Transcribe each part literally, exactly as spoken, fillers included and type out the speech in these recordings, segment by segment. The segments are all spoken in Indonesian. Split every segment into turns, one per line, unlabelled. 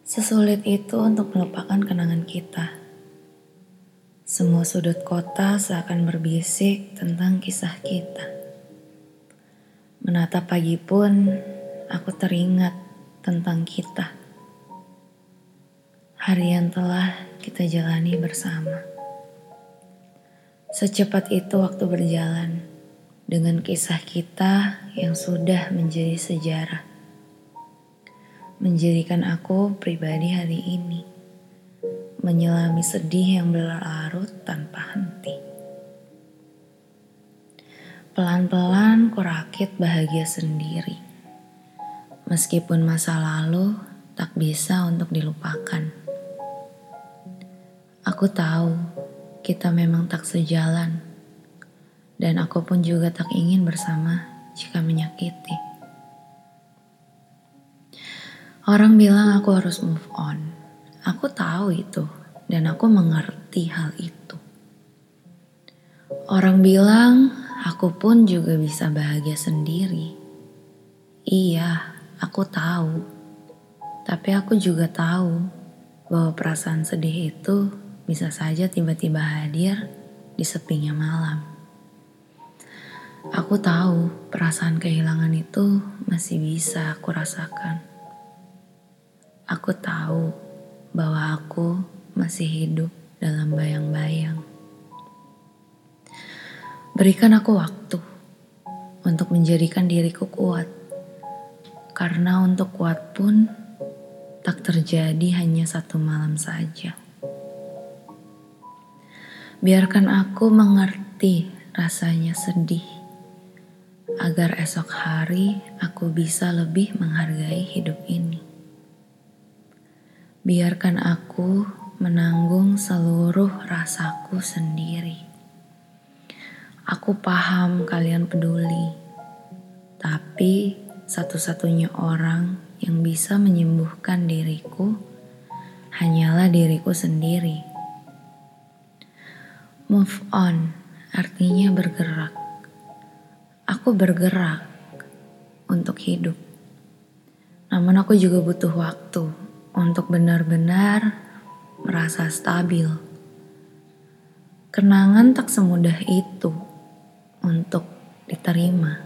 Sesulit itu untuk melupakan kenangan kita. Semua sudut kota seakan berbisik tentang kisah kita. Menatap pagi pun, aku teringat tentang kita. Hari yang telah kita jalani bersama. Secepat itu waktu berjalan, dengan kisah kita yang sudah menjadi sejarah. Menjadikan aku pribadi hari ini, menyelami sedih yang berlarut tanpa henti. Pelan-pelan kurakit bahagia sendiri, meskipun masa lalu tak bisa untuk dilupakan. Aku tahu kita memang tak sejalan, dan aku pun juga tak ingin bersama jika menyakiti. Orang bilang aku harus move on. Aku tahu itu, dan aku mengerti hal itu. Orang bilang aku pun juga bisa bahagia sendiri. Iya, aku tahu. Tapi aku juga tahu bahwa perasaan sedih itu bisa saja tiba-tiba hadir di sepinya malam. Aku tahu perasaan kehilangan itu masih bisa aku rasakan. Aku tahu bahwa aku masih hidup dalam bayang-bayang. Berikan aku waktu untuk menjadikan diriku kuat. Karena untuk kuat pun tak terjadi hanya satu malam saja. Biarkan aku mengerti rasanya sedih. Agar esok hari aku bisa lebih menghargai hidup ini. Biarkan aku menanggung seluruh rasaku sendiri. Aku paham kalian peduli, tapi satu-satunya orang yang bisa menyembuhkan diriku hanyalah diriku sendiri. Move on artinya bergerak. Aku bergerak untuk hidup. Namun aku juga butuh waktu untuk benar-benar merasa stabil. Kenangan tak semudah itu untuk diterima.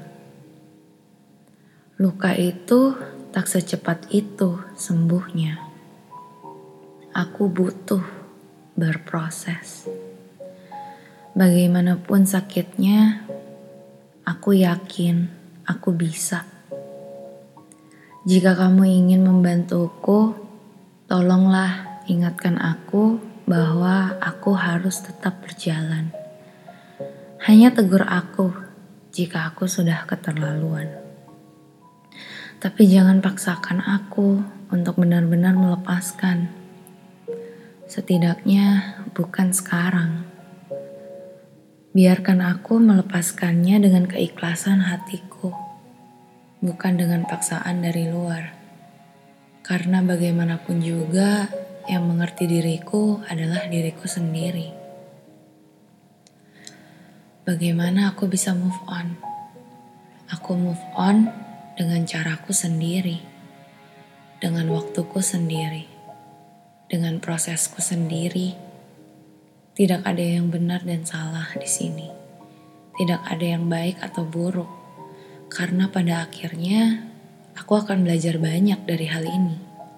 Luka itu tak secepat itu sembuhnya. Aku butuh berproses. Bagaimanapun sakitnya, aku yakin aku bisa. Jika kamu ingin membantuku, tolonglah ingatkan aku bahwa aku harus tetap berjalan. Hanya tegur aku jika aku sudah keterlaluan. Tapi jangan paksakan aku untuk benar-benar melepaskan. Setidaknya bukan sekarang. Biarkan aku melepaskannya dengan keikhlasan hatiku, bukan dengan paksaan dari luar. Karena bagaimanapun juga yang mengerti diriku adalah diriku sendiri. Bagaimana aku bisa move on? Aku move on dengan caraku sendiri, dengan waktuku sendiri, dengan prosesku sendiri. Tidak ada yang benar dan salah di sini. Tidak ada yang baik atau buruk, karena pada akhirnya aku akan belajar banyak dari hal ini.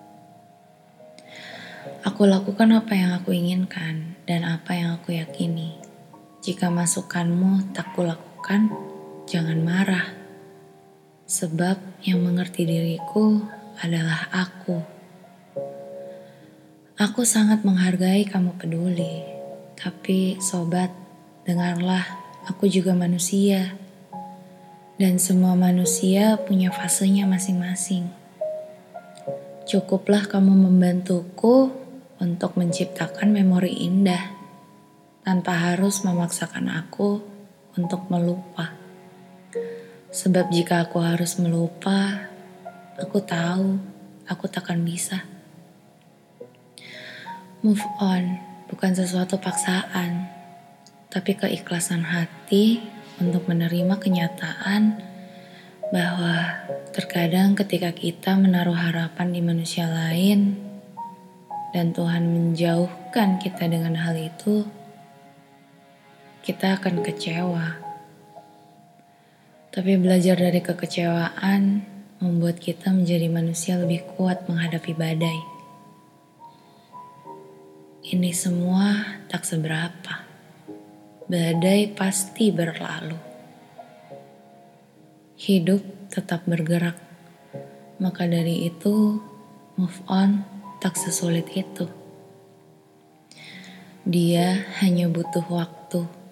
Aku lakukan apa yang aku inginkan dan apa yang aku yakini. Jika masukanmu tak kulakukan, jangan marah. Sebab yang mengerti diriku adalah aku. Aku sangat menghargai kamu peduli. Tapi sobat, dengarlah, aku juga manusia. Dan semua manusia punya fasenya masing-masing. Cukuplah kamu membantuku untuk menciptakan memori indah, tanpa harus memaksakan aku untuk melupa. Sebab jika aku harus melupa, aku tahu aku takkan bisa. Move on bukan sesuatu paksaan, tapi keikhlasan hati untuk menerima kenyataan bahwa terkadang ketika kita menaruh harapan di manusia lain, dan Tuhan menjauhkan kita dengan hal itu, kita akan kecewa. Tapi belajar dari kekecewaan membuat kita menjadi manusia lebih kuat menghadapi badai. Ini semua tak seberapa. Badai pasti berlalu. Hidup tetap bergerak. Maka dari itu, move on tak sesulit itu. Dia hanya butuh waktu.